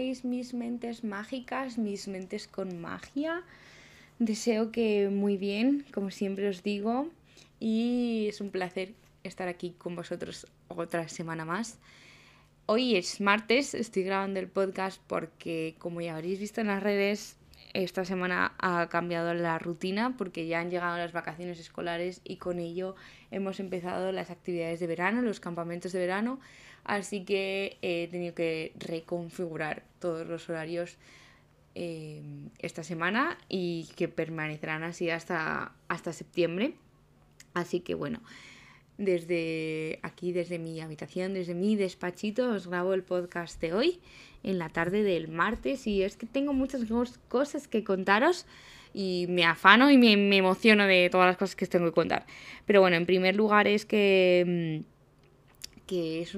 sois mis mentes mágicas, mis mentes con magia. Deseo que muy bien, como siempre os digo, y es un placer estar aquí con vosotros otra semana más. Hoy es martes, estoy grabando el podcast porque, como ya habréis visto en las redes, esta semana ha cambiado la rutina porque ya han llegado las vacaciones escolares y con ello hemos empezado las actividades de verano, los campamentos de verano, así que he tenido que reconfigurar todos los horarios esta semana y que permanecerán así hasta septiembre. Así que bueno, desde aquí, desde mi habitación, desde mi despachito, os grabo el podcast de hoy, en la tarde del martes, y es que tengo muchas cosas que contaros y me afano y me emociono de todas las cosas que os tengo que contar. Pero bueno, en primer lugar es que es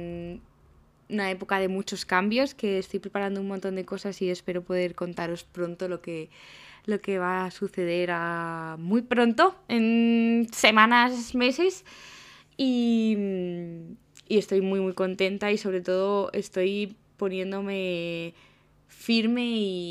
una época de muchos cambios, que estoy preparando un montón de cosas y espero poder contaros pronto lo que va a suceder muy pronto, en semanas, meses. Y, y estoy muy muy contenta y sobre todo estoy poniéndome firme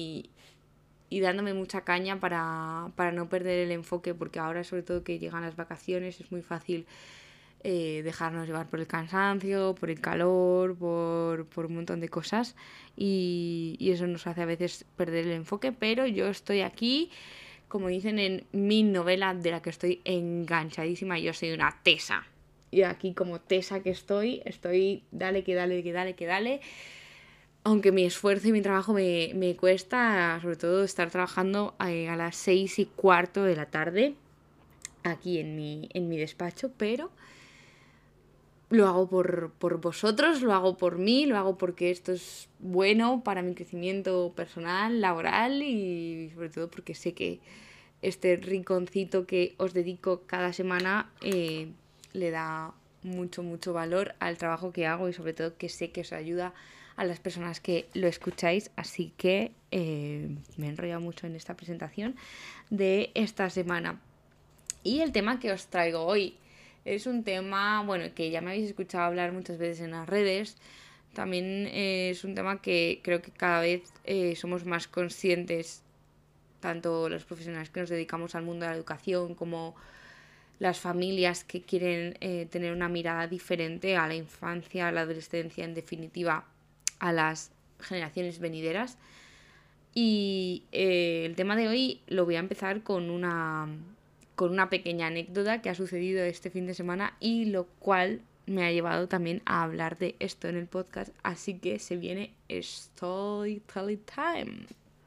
y dándome mucha caña para no perder el enfoque, porque ahora sobre todo que llegan las vacaciones es muy fácil dejarnos llevar por el cansancio, por el calor, por un montón de cosas y eso nos hace a veces perder el enfoque, pero yo estoy aquí, como dicen en mi novela de la que estoy enganchadísima, yo soy una tesa. Y aquí como tesa que estoy dale, que dale, que dale, que dale. Aunque mi esfuerzo y mi trabajo me cuesta, sobre todo estar trabajando a las 6:15 de la tarde aquí en mi despacho, pero lo hago por vosotros, lo hago por mí, lo hago porque esto es bueno para mi crecimiento personal, laboral y sobre todo porque sé que este rinconcito que os dedico cada semana le da mucho, mucho valor al trabajo que hago y sobre todo que sé que os ayuda a las personas que lo escucháis. Así que me he enrollado mucho en esta presentación de esta semana. Y el tema que os traigo hoy es un tema, bueno, que ya me habéis escuchado hablar muchas veces en las redes. También es un tema que creo que cada vez somos más conscientes, tanto los profesionales que nos dedicamos al mundo de la educación como las familias que quieren tener una mirada diferente a la infancia, a la adolescencia, en definitiva, a las generaciones venideras. Y el tema de hoy lo voy a empezar con una pequeña anécdota que ha sucedido este fin de semana y lo cual me ha llevado también a hablar de esto en el podcast, así que se viene Storytelling Time.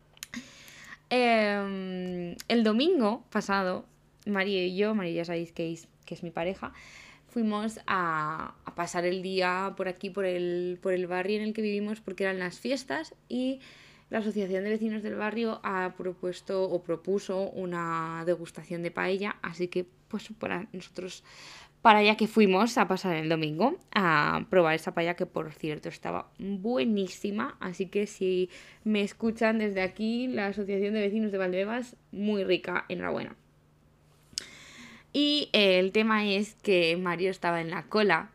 El domingo pasado, María y yo, María ya sabéis que es mi pareja, fuimos a pasar el día por aquí, por el barrio en el que vivimos, porque eran las fiestas y la Asociación de Vecinos del Barrio ha propuesto o propuso una degustación de paella, así que pues para nosotros, para allá que fuimos a pasar el domingo a probar esa paella, que por cierto estaba buenísima, así que si me escuchan desde aquí, la Asociación de Vecinos de Valdebebas, muy rica, enhorabuena. Y el tema es que Mario estaba en la cola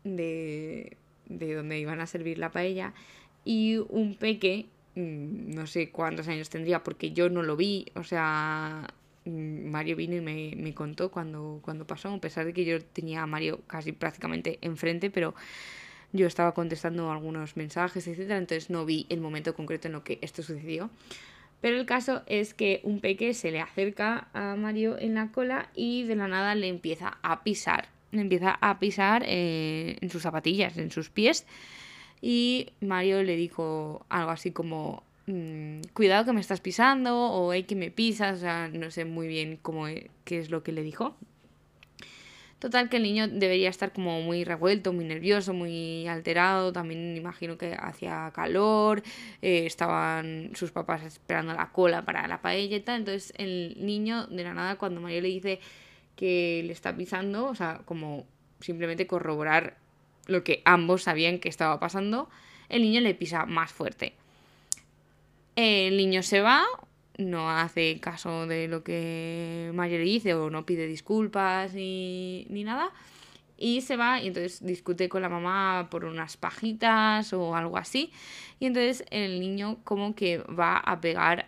de donde iban a servir la paella y un peque, no sé cuántos años tendría porque yo no lo vi, o sea, Mario vino y me contó cuando pasó, a pesar de que yo tenía a Mario casi prácticamente enfrente, pero yo estaba contestando algunos mensajes, etcétera, entonces no vi el momento concreto en lo que esto sucedió. Pero el caso es que un peque se le acerca a Mario en la cola y de la nada le empieza a pisar. Le empieza a pisar en sus zapatillas, en sus pies. Y Mario le dijo algo así como, cuidado que me estás pisando, o hey, que me pisas, o sea, no sé muy bien qué es lo que le dijo. Total, que el niño debería estar como muy revuelto, muy nervioso, muy alterado. También imagino que hacía calor, estaban sus papás esperando la cola para la paella y tal. Entonces el niño, de la nada, cuando Mario le dice que le está pisando, o sea, como simplemente corroborar lo que ambos sabían que estaba pasando, el niño le pisa más fuerte. El niño se va, no hace caso de lo que Mario le dice o no pide disculpas ni nada. Y se va y entonces discute con la mamá por unas pajitas o algo así. Y entonces el niño como que va a pegar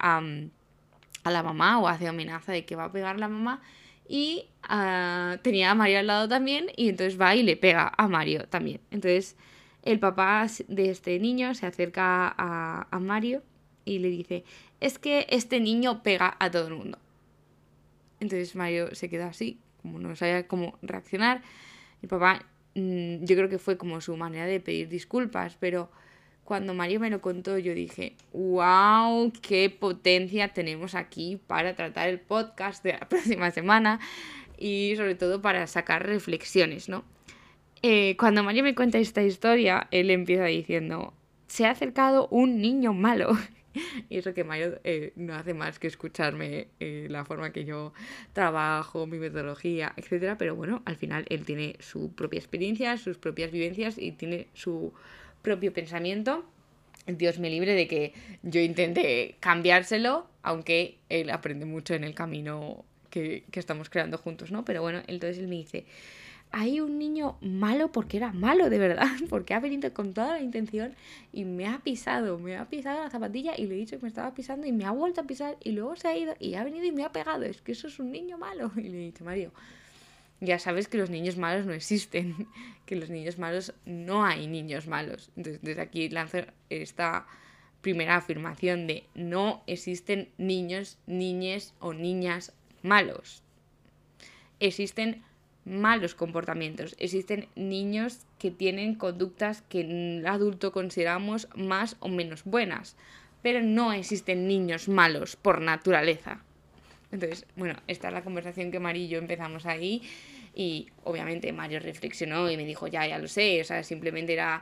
a la mamá o hace amenaza de que va a pegar a la mamá. Y tenía a Mario al lado también y entonces va y le pega a Mario también. Entonces el papá de este niño se acerca a Mario y le dice, es que este niño pega a todo el mundo. Entonces Mario se queda así, como no sabía cómo reaccionar. Mi papá, yo creo que fue como su manera de pedir disculpas, pero cuando Mario me lo contó yo dije, wow, qué potencia tenemos aquí para tratar el podcast de la próxima semana y sobre todo para sacar reflexiones, ¿no? Cuando Mario me cuenta esta historia, él empieza diciendo, se ha acercado un niño malo. Y eso que Mario no hace más que escucharme la forma que yo trabajo, mi metodología, etcétera. Pero bueno, al final él tiene su propia experiencia, sus propias vivencias y tiene su propio pensamiento. Dios me libre de que yo intente cambiárselo, aunque él aprende mucho en el camino que estamos creando juntos, ¿no? Pero bueno, entonces él me dice, hay un niño malo porque era malo de verdad, porque ha venido con toda la intención y me ha pisado la zapatilla y le he dicho que me estaba pisando y me ha vuelto a pisar y luego se ha ido y ha venido y me ha pegado, es que eso es un niño malo. Y le he dicho, Mario, ya sabes que los niños malos no existen, que los niños malos no hay niños malos. Entonces, desde aquí lanzo esta primera afirmación de no existen niños, niñes o niñas malos. Existen malos comportamientos. Existen niños que tienen conductas que en el adulto consideramos más o menos buenas, pero no existen niños malos por naturaleza. Entonces, bueno, esta es la conversación que Mario y yo empezamos ahí y obviamente Mario reflexionó y me dijo, ya lo sé, o sea, simplemente era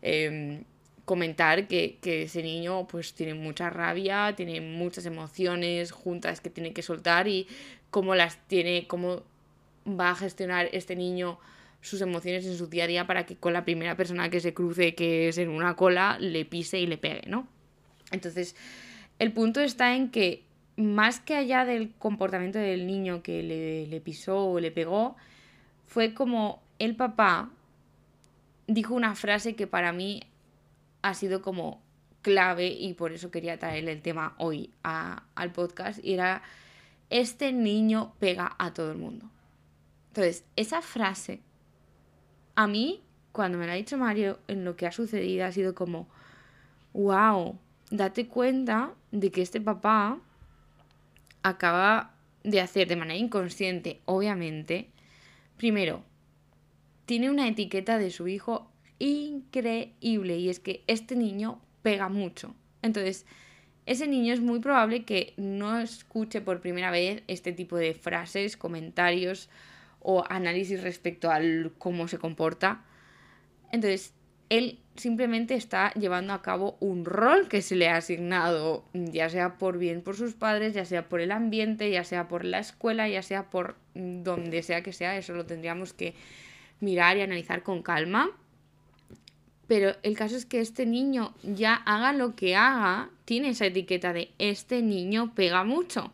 comentar que ese niño pues tiene mucha rabia, tiene muchas emociones juntas que tiene que soltar y cómo las tiene, cómo va a gestionar este niño sus emociones en su día a día para que con la primera persona que se cruce, que es en una cola, le pise y le pegue, ¿no? Entonces, el punto está en que más que allá del comportamiento del niño que le pisó o le pegó, fue como el papá dijo una frase que para mí ha sido como clave y por eso quería traerle el tema hoy al podcast y era, este niño pega a todo el mundo. Entonces, esa frase, a mí, cuando me la ha dicho Mario, en lo que ha sucedido ha sido como, wow, date cuenta de que este papá acaba de hacer de manera inconsciente, obviamente, primero, tiene una etiqueta de su hijo increíble y es que este niño pega mucho. Entonces, ese niño es muy probable que no escuche por primera vez este tipo de frases, comentarios o análisis respecto a cómo se comporta. Entonces, él simplemente está llevando a cabo un rol que se le ha asignado, ya sea por bien por sus padres, ya sea por el ambiente, ya sea por la escuela, ya sea por donde sea que sea. Eso lo tendríamos que mirar y analizar con calma. Pero el caso es que este niño, ya haga lo que haga, tiene esa etiqueta de este niño pega mucho.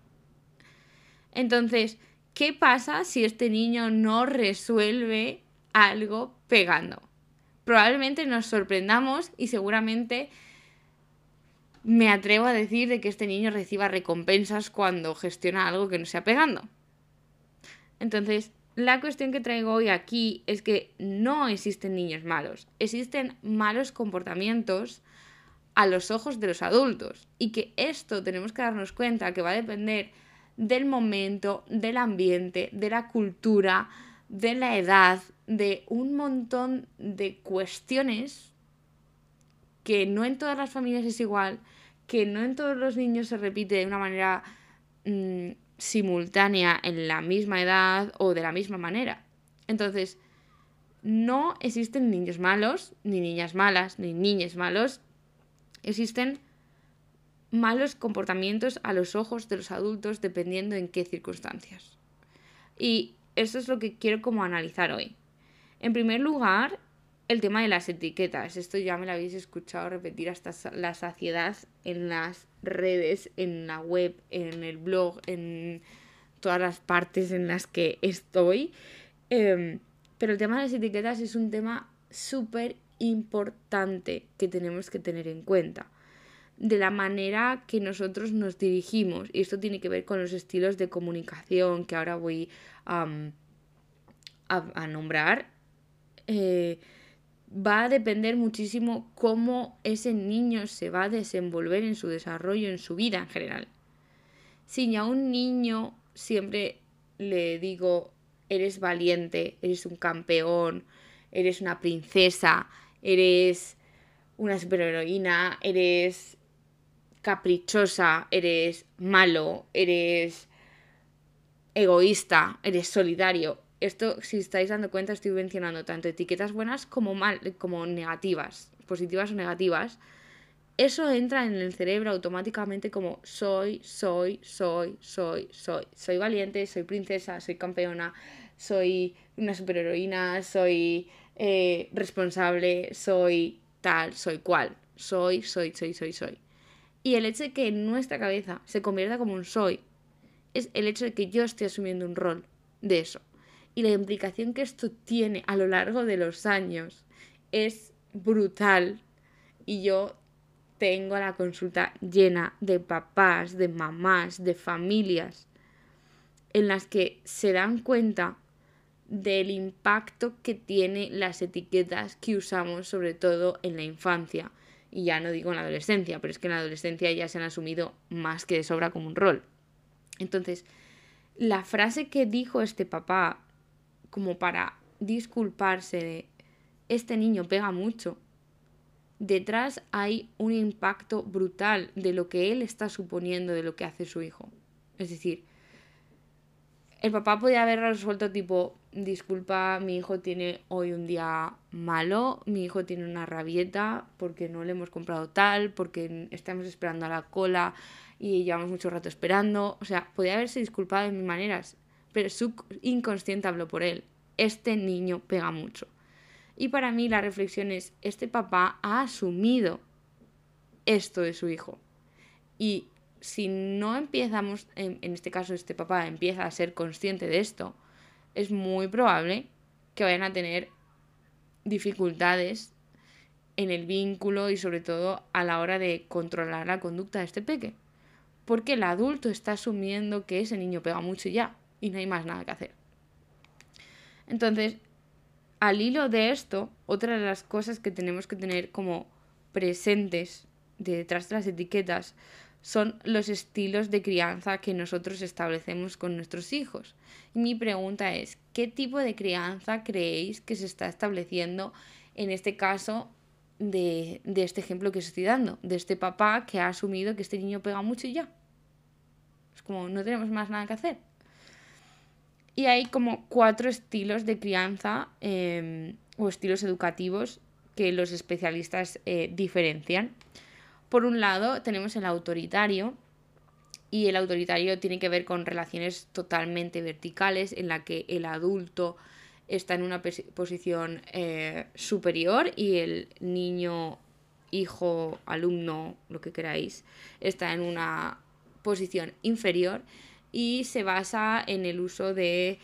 Entonces, ¿qué pasa si este niño no resuelve algo pegando? Probablemente nos sorprendamos y seguramente me atrevo a decir de que este niño reciba recompensas cuando gestiona algo que no sea pegando. Entonces, la cuestión que traigo hoy aquí es que no existen niños malos, existen malos comportamientos a los ojos de los adultos y que esto tenemos que darnos cuenta que va a depender del momento, del ambiente, de la cultura, de la edad, de un montón de cuestiones que no en todas las familias es igual, que no en todos los niños se repite de una manera simultánea en la misma edad o de la misma manera. Entonces, no existen niños malos, ni niñas malas, ni niñes malos. Existen malos comportamientos a los ojos de los adultos dependiendo en qué circunstancias. Y eso es lo que quiero como analizar hoy. En primer lugar, el tema de las etiquetas. Esto ya me lo habéis escuchado repetir hasta la saciedad en las redes, en la web, en el blog, en todas las partes en las que estoy. Pero el tema de las etiquetas es un tema súper importante que tenemos que tener en cuenta. De la manera que nosotros nos dirigimos. Y esto tiene que ver con los estilos de comunicación que ahora voy a nombrar. Va a depender muchísimo cómo ese niño se va a desenvolver en su desarrollo, en su vida en general. Si a un niño siempre le digo, eres valiente, eres un campeón, eres una princesa, eres una superheroína, eres caprichosa, eres malo, eres egoísta, eres solidario. Esto, si estáis dando cuenta, estoy mencionando tanto etiquetas buenas como negativas, positivas o negativas. Eso entra en el cerebro automáticamente como soy valiente, soy princesa, soy campeona, soy una superheroína, soy responsable, soy tal, soy cual, soy. Y el hecho de que en nuestra cabeza se convierta como un soy es el hecho de que yo estoy asumiendo un rol de eso. Y la implicación que esto tiene a lo largo de los años es brutal. Y yo tengo la consulta llena de papás, de mamás, de familias en las que se dan cuenta del impacto que tienen las etiquetas que usamos, sobre todo en la infancia. Y ya no digo en la adolescencia, pero es que en la adolescencia ya se han asumido más que de sobra como un rol. Entonces, la frase que dijo este papá, como para disculparse de este niño pega mucho, detrás hay un impacto brutal de lo que él está suponiendo de lo que hace su hijo. Es decir, el papá podía haber resuelto tipo, disculpa, mi hijo tiene hoy un día malo, mi hijo tiene una rabieta porque no le hemos comprado tal, porque estamos esperando a la cola y llevamos mucho rato esperando. O sea, podía haberse disculpado de mil maneras, pero su inconsciente habló por él. Este niño pega mucho. Y para mí la reflexión es, este papá ha asumido esto de su hijo. Y si no empezamos, en este caso este papá empieza a ser consciente de esto, es muy probable que vayan a tener dificultades en el vínculo y sobre todo a la hora de controlar la conducta de este peque. Porque el adulto está asumiendo que ese niño pega mucho ya y no hay más nada que hacer. Entonces, al hilo de esto, otra de las cosas que tenemos que tener como presentes detrás de las etiquetas son los estilos de crianza que nosotros establecemos con nuestros hijos. Y mi pregunta es, ¿qué tipo de crianza creéis que se está estableciendo en este caso de este ejemplo que os estoy dando? De este papá que ha asumido que este niño pega mucho y ya. Es como, no tenemos más nada que hacer. Y hay como 4 estilos de crianza o estilos educativos que los especialistas diferencian. Por un lado tenemos el autoritario, y el autoritario tiene que ver con relaciones totalmente verticales en la que el adulto está en una posición superior y el niño, hijo, alumno, lo que queráis, está en una posición inferior y se basa en el uso de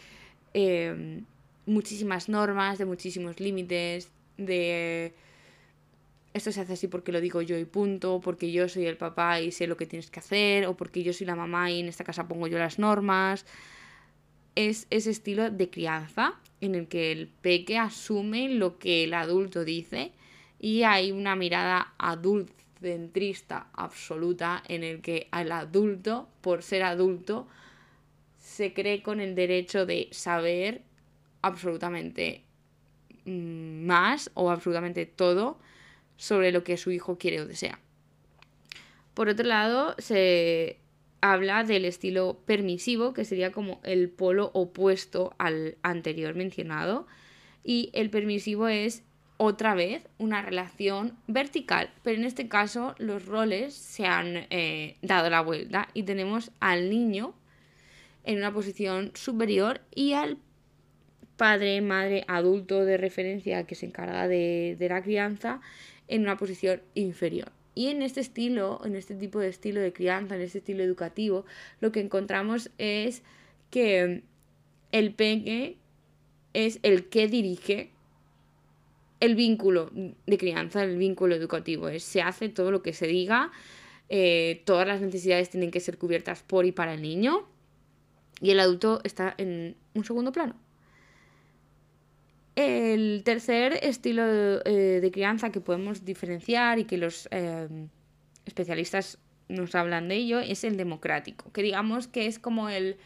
muchísimas normas, de muchísimos límites, de esto se hace así porque lo digo yo y punto, porque yo soy el papá y sé lo que tienes que hacer, o porque yo soy la mamá y en esta casa pongo yo las normas. Es ese estilo de crianza en el que el peque asume lo que el adulto dice y hay una mirada adultcentrista absoluta en el que al adulto, por ser adulto, se cree con el derecho de saber absolutamente más o absolutamente todo sobre lo que su hijo quiere o desea. Por otro lado, se habla del estilo permisivo, que sería como el polo opuesto al anterior mencionado. Y el permisivo es, otra vez, una relación vertical. Pero en este caso, los roles se han dado la vuelta y tenemos al niño en una posición superior y al padre, madre, adulto de referencia que se encarga de la crianza en una posición inferior. Y en este estilo, en este tipo de estilo de crianza, en este estilo educativo, lo que encontramos es que el peque es el que dirige el vínculo de crianza, el vínculo educativo. Se hace todo lo que se diga, todas las necesidades tienen que ser cubiertas por y para el niño, y el adulto está en un segundo plano. El tercer estilo de crianza que podemos diferenciar y que los especialistas nos hablan de ello es el democrático, que digamos que es como el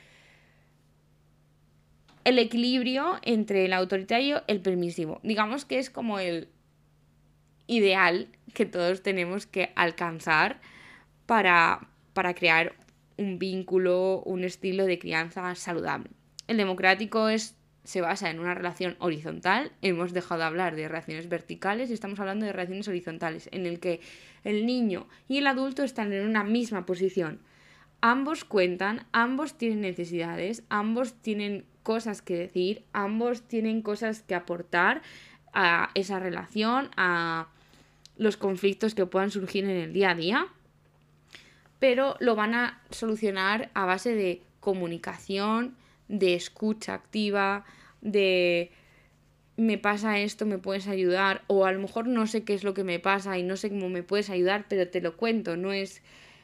equilibrio entre el autoritario y el permisivo. Digamos que es como el ideal que todos tenemos que alcanzar para crear un vínculo, un estilo de crianza saludable. El democrático se basa en una relación horizontal. Hemos dejado de hablar de relaciones verticales y estamos hablando de relaciones horizontales, en el que el niño y el adulto están en una misma posición. Ambos cuentan, ambos tienen necesidades, ambos tienen cosas que decir, ambos tienen cosas que aportar a esa relación, a los conflictos que puedan surgir en el día a día, pero lo van a solucionar a base de comunicación, de escucha activa, de me pasa esto, me puedes ayudar, o a lo mejor no sé qué es lo que me pasa y no sé cómo me puedes ayudar, pero te lo cuento, no es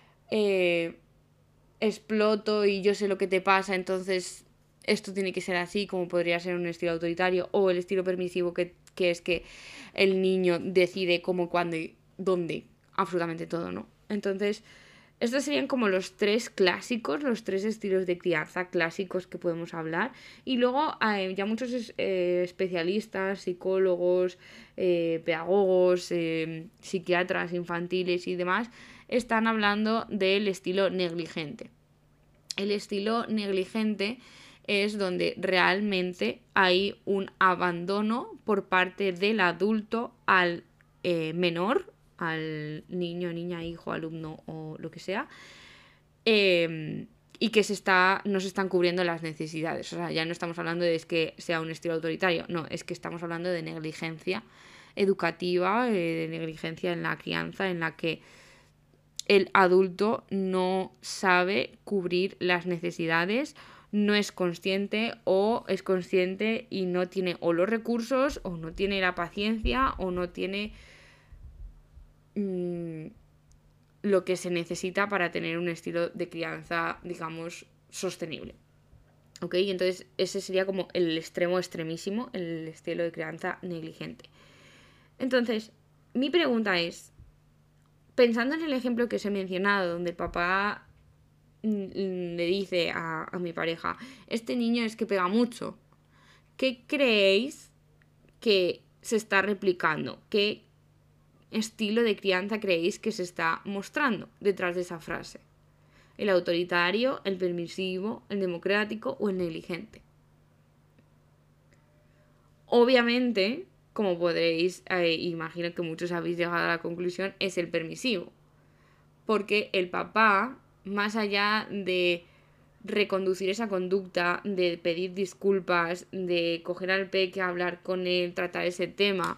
exploto y yo sé lo que te pasa, entonces esto tiene que ser así, como podría ser un estilo autoritario, o el estilo permisivo que es que el niño decide cómo, cuándo y dónde, absolutamente todo, ¿no? Entonces, estos serían como los tres clásicos, los tres estilos de crianza clásicos que podemos hablar. Y luego hay ya muchos especialistas, psicólogos, pedagogos, psiquiatras infantiles y demás, están hablando del estilo negligente. El estilo negligente es donde realmente hay un abandono por parte del adulto al menor, al niño, niña, hijo, alumno o lo que sea, y que no se están cubriendo las necesidades. O sea, ya no estamos hablando de que sea un estilo autoritario, no, es que estamos hablando de negligencia educativa, de negligencia en la crianza, en la que el adulto no sabe cubrir las necesidades, no es consciente o es consciente y no tiene o los recursos o no tiene la paciencia o no tiene lo que se necesita para tener un estilo de crianza, digamos, sostenible. ¿Ok? Y entonces ese sería como el extremo extremísimo, el estilo de crianza negligente. Entonces, mi pregunta es, pensando en el ejemplo que os he mencionado, donde el papá le dice a mi pareja, este niño es que pega mucho, ¿qué creéis que se está replicando? ¿Qué estilo de crianza creéis que se está mostrando detrás de esa frase? ¿El autoritario, el permisivo, el democrático o el negligente? Obviamente, como podréis, imagino que muchos habéis llegado a la conclusión, es el permisivo. Porque el papá, más allá de reconducir esa conducta, de pedir disculpas, de coger al peque, hablar con él, tratar ese tema,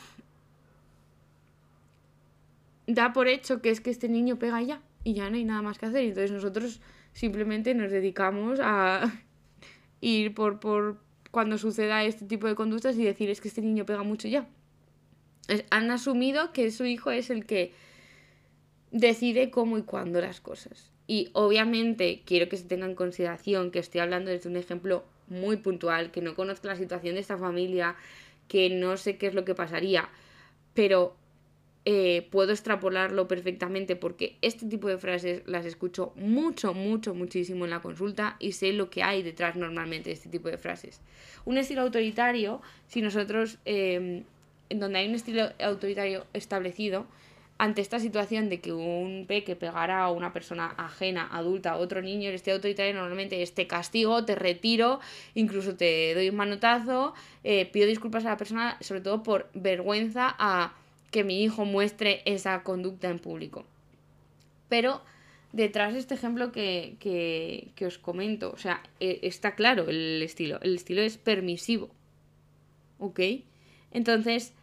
da por hecho que es que este niño pega ya y ya no hay nada más que hacer. Entonces nosotros simplemente nos dedicamos a ir por cuando suceda este tipo de conductas y decir es que este niño pega mucho ya. Han asumido que su hijo es el que decide cómo y cuándo las cosas. Y obviamente quiero que se tenga en consideración que estoy hablando desde un ejemplo muy puntual, que no conozco la situación de esta familia, que no sé qué es lo que pasaría, pero puedo extrapolarlo perfectamente porque este tipo de frases las escucho muchísimo en la consulta y sé lo que hay detrás normalmente de este tipo de frases. Un estilo autoritario, si nosotros, en donde hay un estilo autoritario establecido, ante esta situación de que un peque pegara a una persona ajena, adulta, a otro niño, el estilo autoritario normalmente es te castigo, te retiro, incluso te doy un manotazo, pido disculpas a la persona, sobre todo por vergüenza a que mi hijo muestre esa conducta en público. Pero detrás de este ejemplo que os comento, o sea, está claro el estilo es permisivo, ¿ok? Entonces,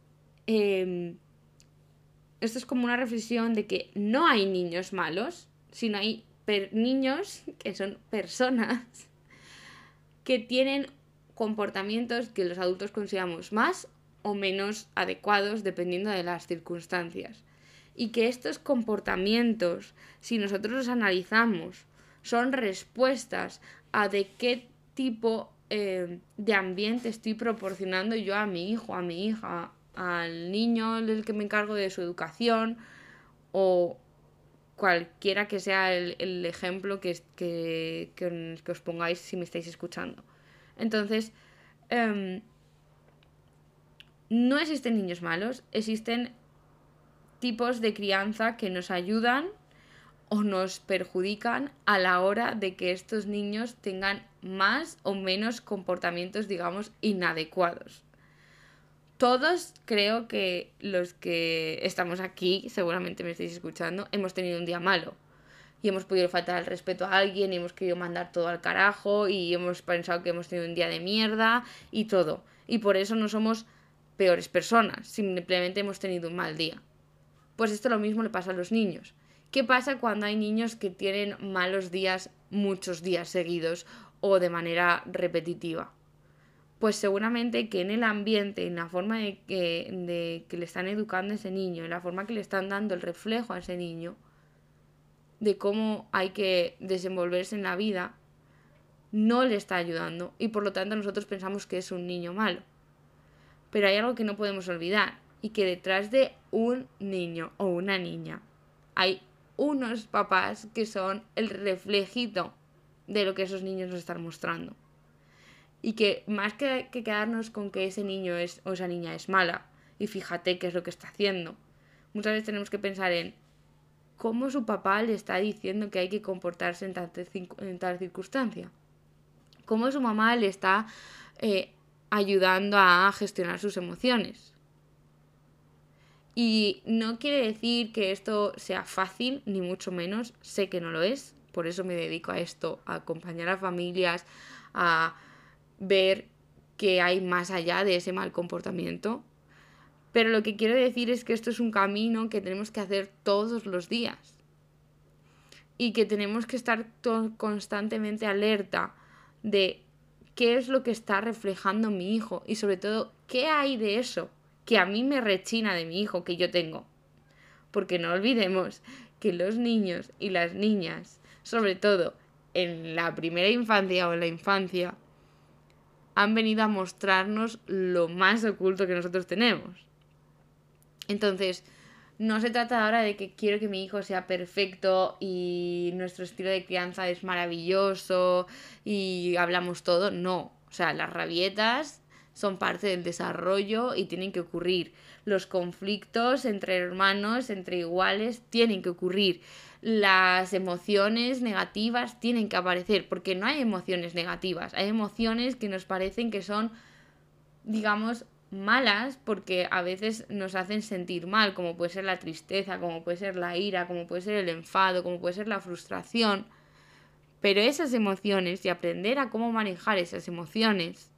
esto es como una reflexión de que no hay niños malos, sino hay niños que son personas que tienen comportamientos que los adultos consideramos más o menos adecuados dependiendo de las circunstancias. Y que estos comportamientos, si nosotros los analizamos, son respuestas a de qué tipo de ambiente estoy proporcionando yo a mi hijo, a mi hija, al niño del que me encargo de su educación, o cualquiera que sea el ejemplo que os pongáis si me estáis escuchando. Entonces, no existen niños malos, existen tipos de crianza que nos ayudan o nos perjudican a la hora de que estos niños tengan más o menos comportamientos, digamos, inadecuados. Todos, creo que los que estamos aquí, seguramente me estáis escuchando, hemos tenido un día malo. Y hemos podido faltar al respeto a alguien, y hemos querido mandar todo al carajo, y hemos pensado que hemos tenido un día de mierda, y todo. Y por eso no somos peores personas, simplemente hemos tenido un mal día. Pues esto lo mismo le pasa a los niños. ¿Qué pasa cuando hay niños que tienen malos días muchos días seguidos o de manera repetitiva? Pues seguramente que en el ambiente, en la forma de que le están educando a ese niño, en la forma que le están dando el reflejo a ese niño, de cómo hay que desenvolverse en la vida, no le está ayudando y por lo tanto nosotros pensamos que es un niño malo. Pero hay algo que no podemos olvidar, y que detrás de un niño o una niña hay unos papás que son el reflejito de lo que esos niños nos están mostrando. Y que más que quedarnos con que ese niño o esa niña es mala, y fíjate qué es lo que está haciendo, muchas veces tenemos que pensar en cómo su papá le está diciendo que hay que comportarse en tal circunstancia. Cómo su mamá le está ayudando a gestionar sus emociones. Y no quiere decir que esto sea fácil, ni mucho menos. Sé que no lo es. Por eso me dedico a esto, a acompañar a familias, a ver que hay más allá de ese mal comportamiento. Pero lo que quiero decir es que esto es un camino que tenemos que hacer todos los días. Y que tenemos que estar constantemente alerta de qué es lo que está reflejando mi hijo. Y sobre todo, qué hay de eso que a mí me rechina de mi hijo que yo tengo. Porque no olvidemos que los niños y las niñas, sobre todo en la primera infancia o en la infancia, han venido a mostrarnos lo más oculto que nosotros tenemos. Entonces, no se trata ahora de que quiero que mi hijo sea perfecto y nuestro estilo de crianza es maravilloso y hablamos todo. No, o sea, las rabietas son parte del desarrollo y tienen que ocurrir. Los conflictos entre hermanos, entre iguales, tienen que ocurrir. Las emociones negativas tienen que aparecer, porque no hay emociones negativas. Hay emociones que nos parecen que son, digamos, malas porque a veces nos hacen sentir mal, como puede ser la tristeza, como puede ser la ira, como puede ser el enfado, como puede ser la frustración. Pero esas emociones y aprender a cómo manejar esas emociones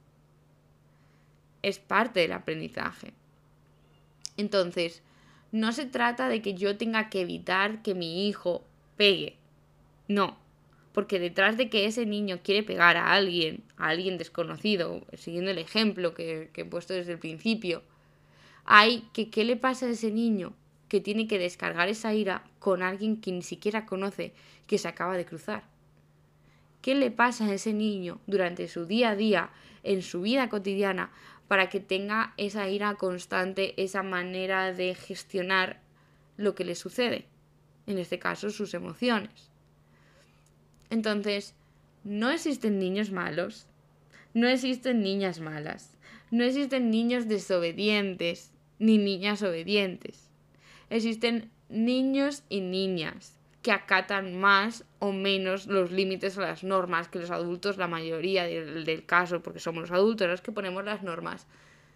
es parte del aprendizaje. Entonces, no se trata de que yo tenga que evitar que mi hijo pegue. No, porque detrás de que ese niño quiere pegar a alguien desconocido, siguiendo el ejemplo que he puesto desde el principio, hay que qué le pasa a ese niño que tiene que descargar esa ira con alguien que ni siquiera conoce, que se acaba de cruzar. ¿Qué le pasa a ese niño durante su día a día, en su vida cotidiana, para que tenga esa ira constante, esa manera de gestionar lo que le sucede? En este caso, sus emociones. Entonces, no existen niños malos, no existen niñas malas, no existen niños desobedientes ni niñas obedientes. Existen niños y niñas que acatan más o menos los límites o las normas que los adultos, la mayoría del caso, porque somos los adultos los que ponemos las normas,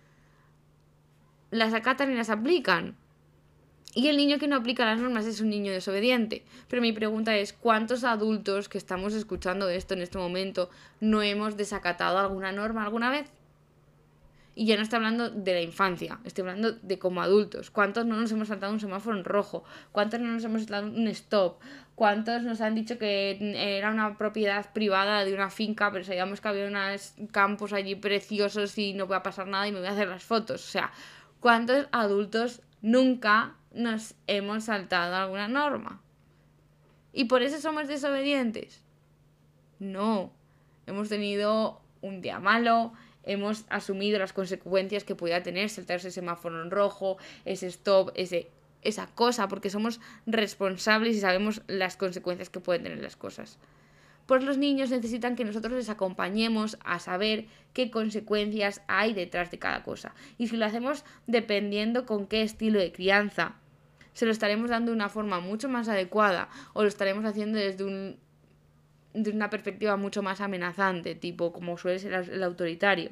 las acatan y las aplican. Y el niño que no aplica las normas es un niño desobediente. Pero mi pregunta es, ¿cuántos adultos que estamos escuchando esto en este momento no hemos desacatado alguna norma alguna vez? Y ya no estoy hablando de la infancia, estoy hablando de como adultos. ¿Cuántos no nos hemos saltado un semáforo en rojo? ¿Cuántos no nos hemos saltado un stop? ¿Cuántos nos han dicho que era una propiedad privada de una finca, pero sabíamos que había unos campos allí preciosos y no voy a pasar nada y me voy a hacer las fotos? O sea, ¿cuántos adultos nunca nos hemos saltado alguna norma? ¿Y por eso somos desobedientes? No. Hemos tenido un día malo, hemos asumido las consecuencias que podía tener saltarse ese semáforo en rojo, ese stop, esa cosa, porque somos responsables y sabemos las consecuencias que pueden tener las cosas. Pues los niños necesitan que nosotros les acompañemos a saber qué consecuencias hay detrás de cada cosa. Y si lo hacemos dependiendo con qué estilo de crianza, se lo estaremos dando de una forma mucho más adecuada o lo estaremos haciendo desde una perspectiva mucho más amenazante, tipo como suele ser el autoritario.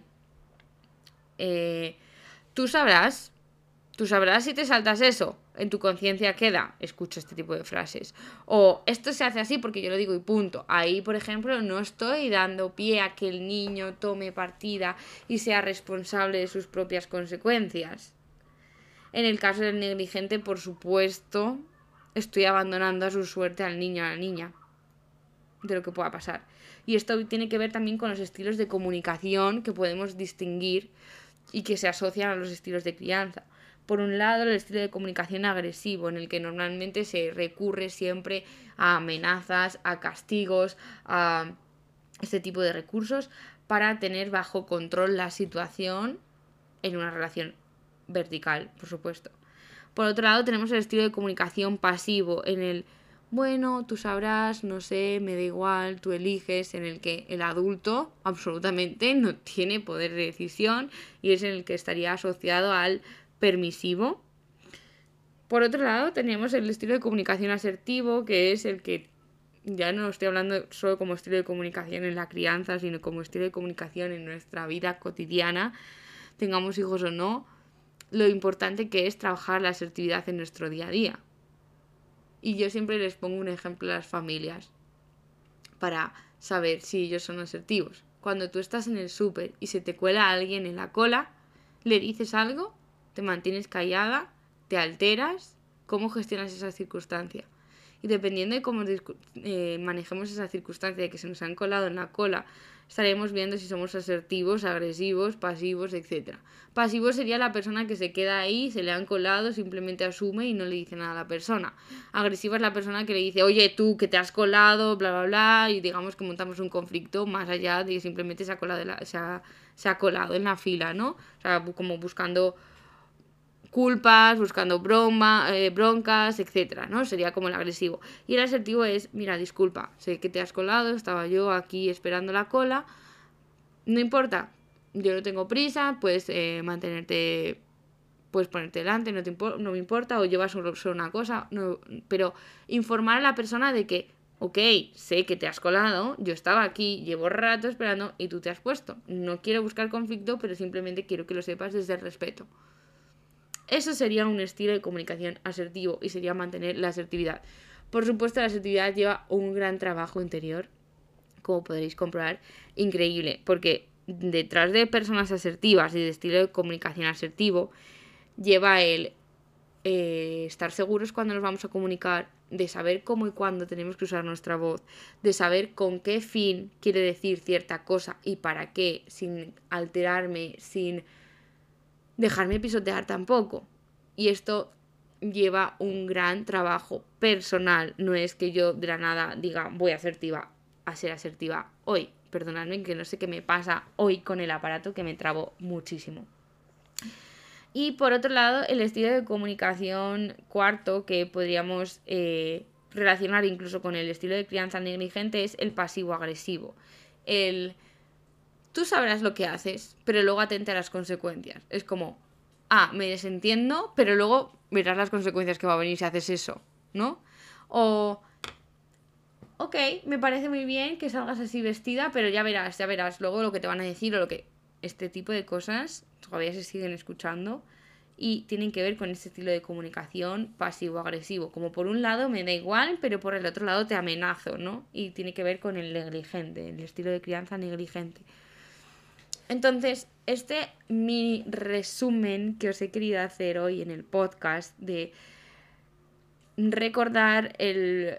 Tú sabrás si te saltas eso, en tu conciencia queda, escucho este tipo de frases. O esto se hace así porque yo lo digo y punto. Ahí, por ejemplo, no estoy dando pie a que el niño tome partida y sea responsable de sus propias consecuencias. En el caso del negligente, por supuesto, estoy abandonando a su suerte al niño o a la niña de lo que pueda pasar. Y esto tiene que ver también con los estilos de comunicación que podemos distinguir y que se asocian a los estilos de crianza. Por un lado, el estilo de comunicación agresivo, en el que normalmente se recurre siempre a amenazas, a castigos, a este tipo de recursos para tener bajo control la situación en una relación vertical, por supuesto. Por otro lado, tenemos el estilo de comunicación pasivo, en el bueno, tú sabrás, no sé, me da igual, tú eliges, en el que el adulto absolutamente no tiene poder de decisión y es en el que estaría asociado al permisivo. Por otro lado, tenemos el estilo de comunicación asertivo, que es el que ya no estoy hablando solo como estilo de comunicación en la crianza, sino como estilo de comunicación en nuestra vida cotidiana, tengamos hijos o no, lo importante que es trabajar la asertividad en nuestro día a día. Y yo siempre les pongo un ejemplo a las familias para saber si ellos son asertivos. Cuando tú estás en el súper y se te cuela alguien en la cola, le dices algo, te mantienes callada, te alteras, ¿cómo gestionas esa circunstancia? Y dependiendo de cómo manejemos esa circunstancia de que se nos han colado en la cola, estaremos viendo si somos asertivos, agresivos, pasivos, etc. Pasivo sería la persona que se queda ahí, se le han colado, simplemente asume y no le dice nada a la persona. Agresiva es la persona que le dice, oye, tú que te has colado, bla, bla, bla, y digamos que montamos un conflicto más allá de que simplemente se ha colado en la fila, ¿no? O sea, como buscando culpas, buscando broncas, etcétera, ¿no? Sería como el agresivo. Y el asertivo es, mira, disculpa, sé que te has colado, estaba yo aquí esperando la cola, no importa, yo no tengo prisa, puedes mantenerte, puedes ponerte delante, no me importa, o llevas solo una cosa, no, pero informar a la persona de que, ok, sé que te has colado, yo estaba aquí, llevo rato esperando y tú te has puesto. No quiero buscar conflicto, pero simplemente quiero que lo sepas desde el respeto. Eso sería un estilo de comunicación asertivo y sería mantener la asertividad. Por supuesto, la asertividad lleva un gran trabajo interior, como podréis comprobar, increíble, porque detrás de personas asertivas y de estilo de comunicación asertivo lleva el estar seguros cuando nos vamos a comunicar, de saber cómo y cuándo tenemos que usar nuestra voz, de saber con qué fin quiere decir cierta cosa y para qué, sin alterarme, sin dejarme pisotear tampoco. Y esto lleva un gran trabajo personal. No es que yo de la nada diga voy a ser asertiva hoy. Perdonadme que no sé qué me pasa hoy con el aparato, que me trabo muchísimo. Y por otro lado, el estilo de comunicación cuarto que podríamos relacionar incluso con el estilo de crianza negligente es el pasivo-agresivo. Tú sabrás lo que haces, pero luego atente a las consecuencias. Es como, me desentiendo, pero luego verás las consecuencias que va a venir si haces eso, ¿no? O, ok, me parece muy bien que salgas así vestida, pero ya verás luego lo que te van a decir o lo que... Este tipo de cosas todavía se siguen escuchando y tienen que ver con este estilo de comunicación pasivo-agresivo. Como por un lado me da igual, pero por el otro lado te amenazo, ¿no? Y tiene que ver con el negligente, el estilo de crianza negligente. Entonces, este mi resumen que os he querido hacer hoy en el podcast de recordar el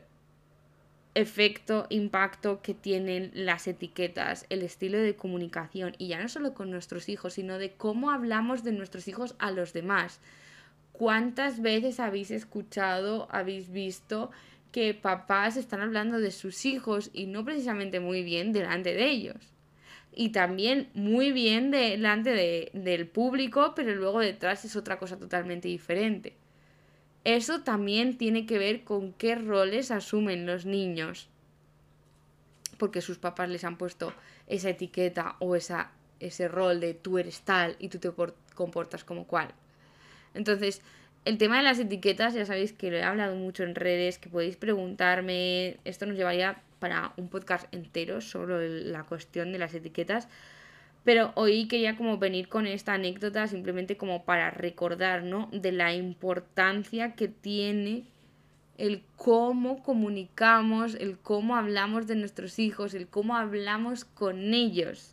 efecto, impacto que tienen las etiquetas, el estilo de comunicación, y ya no solo con nuestros hijos, sino de cómo hablamos de nuestros hijos a los demás. ¿Cuántas veces habéis escuchado, habéis visto que papás están hablando de sus hijos y no precisamente muy bien delante de ellos? Y también muy bien delante del público, pero luego detrás es otra cosa totalmente diferente. Eso también tiene que ver con qué roles asumen los niños, porque sus papás les han puesto esa etiqueta o ese rol de tú eres tal y tú te comportas como cual. Entonces, el tema de las etiquetas, ya sabéis que lo he hablado mucho en redes, que podéis preguntarme, esto nos llevaría para un podcast entero sobre la cuestión de las etiquetas, pero hoy quería como venir con esta anécdota simplemente como para recordar, ¿no? De la importancia que tiene el cómo comunicamos, el cómo hablamos de nuestros hijos, el cómo hablamos con ellos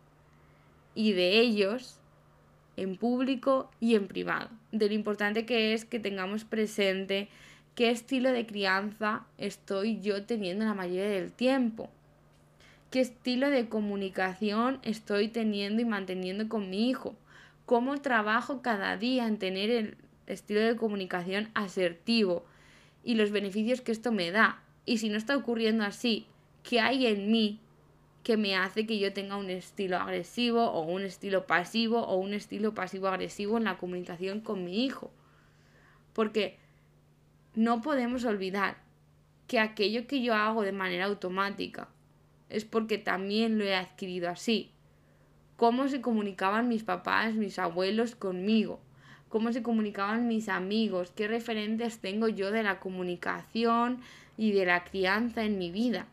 y de ellos en público y en privado. De lo importante que es que tengamos presente qué estilo de crianza estoy yo teniendo la mayoría del tiempo. Qué estilo de comunicación estoy teniendo y manteniendo con mi hijo. Cómo trabajo cada día en tener el estilo de comunicación asertivo y los beneficios que esto me da. Y si no está ocurriendo así, ¿qué hay en mí que me hace que yo tenga un estilo agresivo o un estilo pasivo o un estilo pasivo-agresivo en la comunicación con mi hijo? Porque no podemos olvidar que aquello que yo hago de manera automática es porque también lo he adquirido así. Cómo se comunicaban mis papás, mis abuelos conmigo, cómo se comunicaban mis amigos, qué referentes tengo yo de la comunicación y de la crianza en mi vida.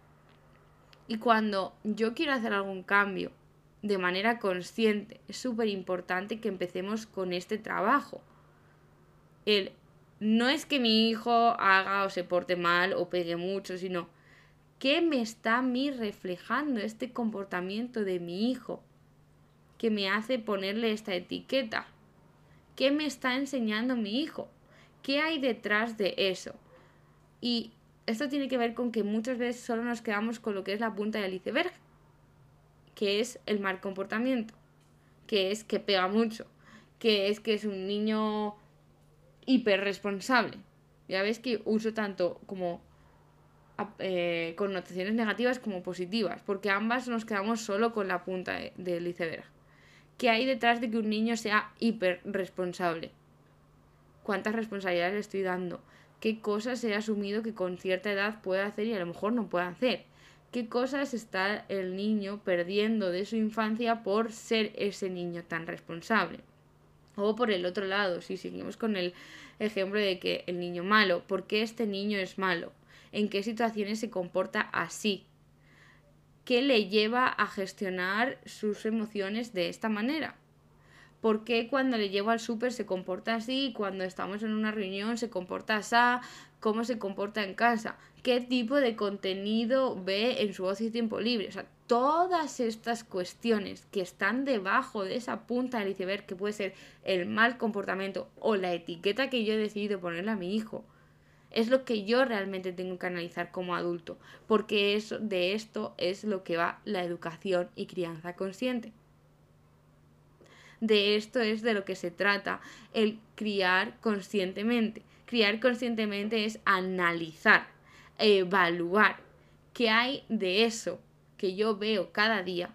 Y cuando yo quiero hacer algún cambio de manera consciente, es súper importante que empecemos con este trabajo. No es que mi hijo haga o se porte mal o pegue mucho, sino ¿qué me está a mí reflejando este comportamiento de mi hijo que me hace ponerle esta etiqueta? ¿Qué me está enseñando mi hijo? ¿Qué hay detrás de eso? Y esto tiene que ver con que muchas veces solo nos quedamos con lo que es la punta del iceberg, que es el mal comportamiento, que es que pega mucho, que es un niño hiperresponsable. Ya ves que uso tanto como connotaciones negativas como positivas, porque ambas nos quedamos solo con la punta del iceberg. ¿Qué hay detrás de que un niño sea hiperresponsable? ¿Cuántas responsabilidades le estoy dando? ¿Qué cosas he asumido que con cierta edad puede hacer y a lo mejor no puede hacer? ¿Qué cosas está el niño perdiendo de su infancia por ser ese niño tan responsable? O por el otro lado, si seguimos con el ejemplo de que el niño malo, ¿por qué este niño es malo? ¿En qué situaciones se comporta así? ¿Qué le lleva a gestionar sus emociones de esta manera? ¿Por qué cuando le llevo al súper se comporta así y cuando estamos en una reunión se comporta así? ¿Cómo se comporta en casa? ¿Qué tipo de contenido ve en su ocio y tiempo libre? O sea, todas estas cuestiones que están debajo de esa punta del iceberg, que puede ser el mal comportamiento o la etiqueta que yo he decidido ponerle a mi hijo, es lo que yo realmente tengo que analizar como adulto, porque de esto es lo que va la educación y crianza consciente. De esto es de lo que se trata, el criar conscientemente. Criar conscientemente es analizar, evaluar qué hay de eso que yo veo cada día,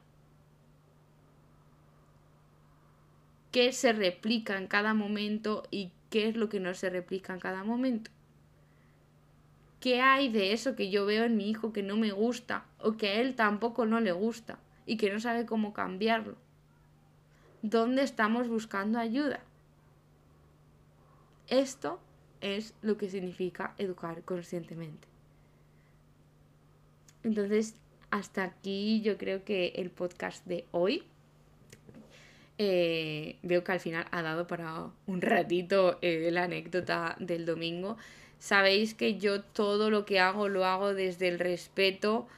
qué se replica en cada momento y qué es lo que no se replica en cada momento. ¿Qué hay de eso que yo veo en mi hijo que no me gusta o que a él tampoco no le gusta y que no sabe cómo cambiarlo? ¿Dónde estamos buscando ayuda? Esto es lo que significa educar conscientemente. Entonces, hasta aquí yo creo que el podcast de hoy. Veo que al final ha dado para un ratito la anécdota del domingo. Sabéis que yo todo lo que hago lo hago desde el respeto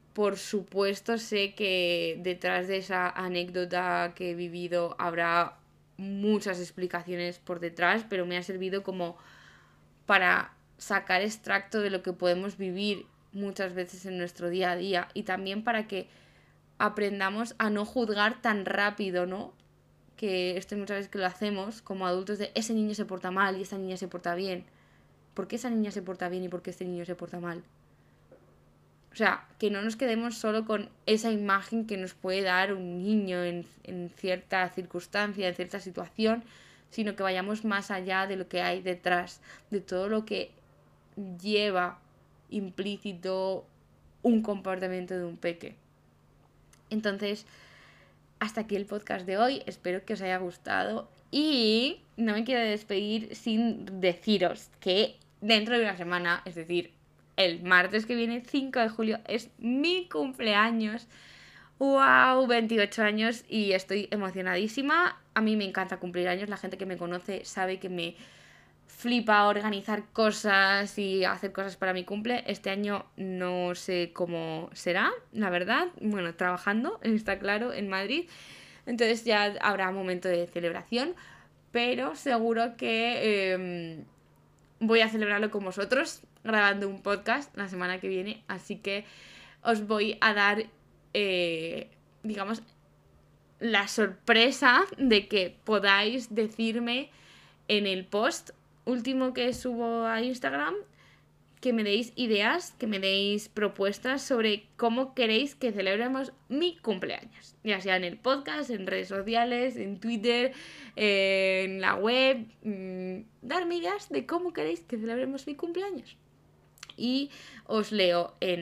por supuesto sé que detrás de esa anécdota que he vivido habrá muchas explicaciones por detrás, pero me ha servido como para sacar extracto de lo que podemos vivir muchas veces en nuestro día a día y también para que aprendamos a no juzgar tan rápido, ¿no? Que esto muchas veces que lo hacemos como adultos de ese niño se porta mal y esa niña se porta bien. ¿Por qué esa niña se porta bien y por qué este niño se porta mal? O sea, que no nos quedemos solo con esa imagen que nos puede dar un niño en cierta circunstancia, en cierta situación, sino que vayamos más allá de lo que hay detrás, de todo lo que lleva implícito un comportamiento de un peque. Entonces, hasta aquí el podcast de hoy, espero que os haya gustado y no me quiero despedir sin deciros que dentro de una semana, es decir, el martes que viene, 5 de julio, es mi cumpleaños. ¡Wow! 28 años y estoy emocionadísima. A mí me encanta cumplir años, la gente que me conoce sabe que me flipa organizar cosas y hacer cosas para mi cumple. Este año no sé cómo será, la verdad. Bueno, trabajando, está claro, en Madrid. Entonces ya habrá momento de celebración, pero seguro que voy a celebrarlo con vosotros, grabando un podcast la semana que viene. Así que os voy a dar, digamos, la sorpresa de que podáis decirme en el post último que subo a Instagram, que me deis ideas, que me deis propuestas sobre cómo queréis que celebremos mi cumpleaños. Ya sea en el podcast, en redes sociales, en Twitter, en la web. Darme ideas de cómo queréis que celebremos mi cumpleaños. Y os leo en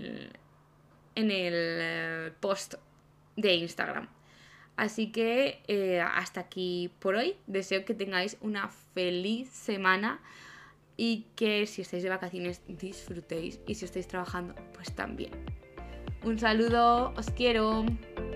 el post de Instagram. Así que hasta aquí por hoy. Deseo que tengáis una feliz semana y que si estáis de vacaciones disfrutéis y si estáis trabajando pues también. Un saludo, os quiero.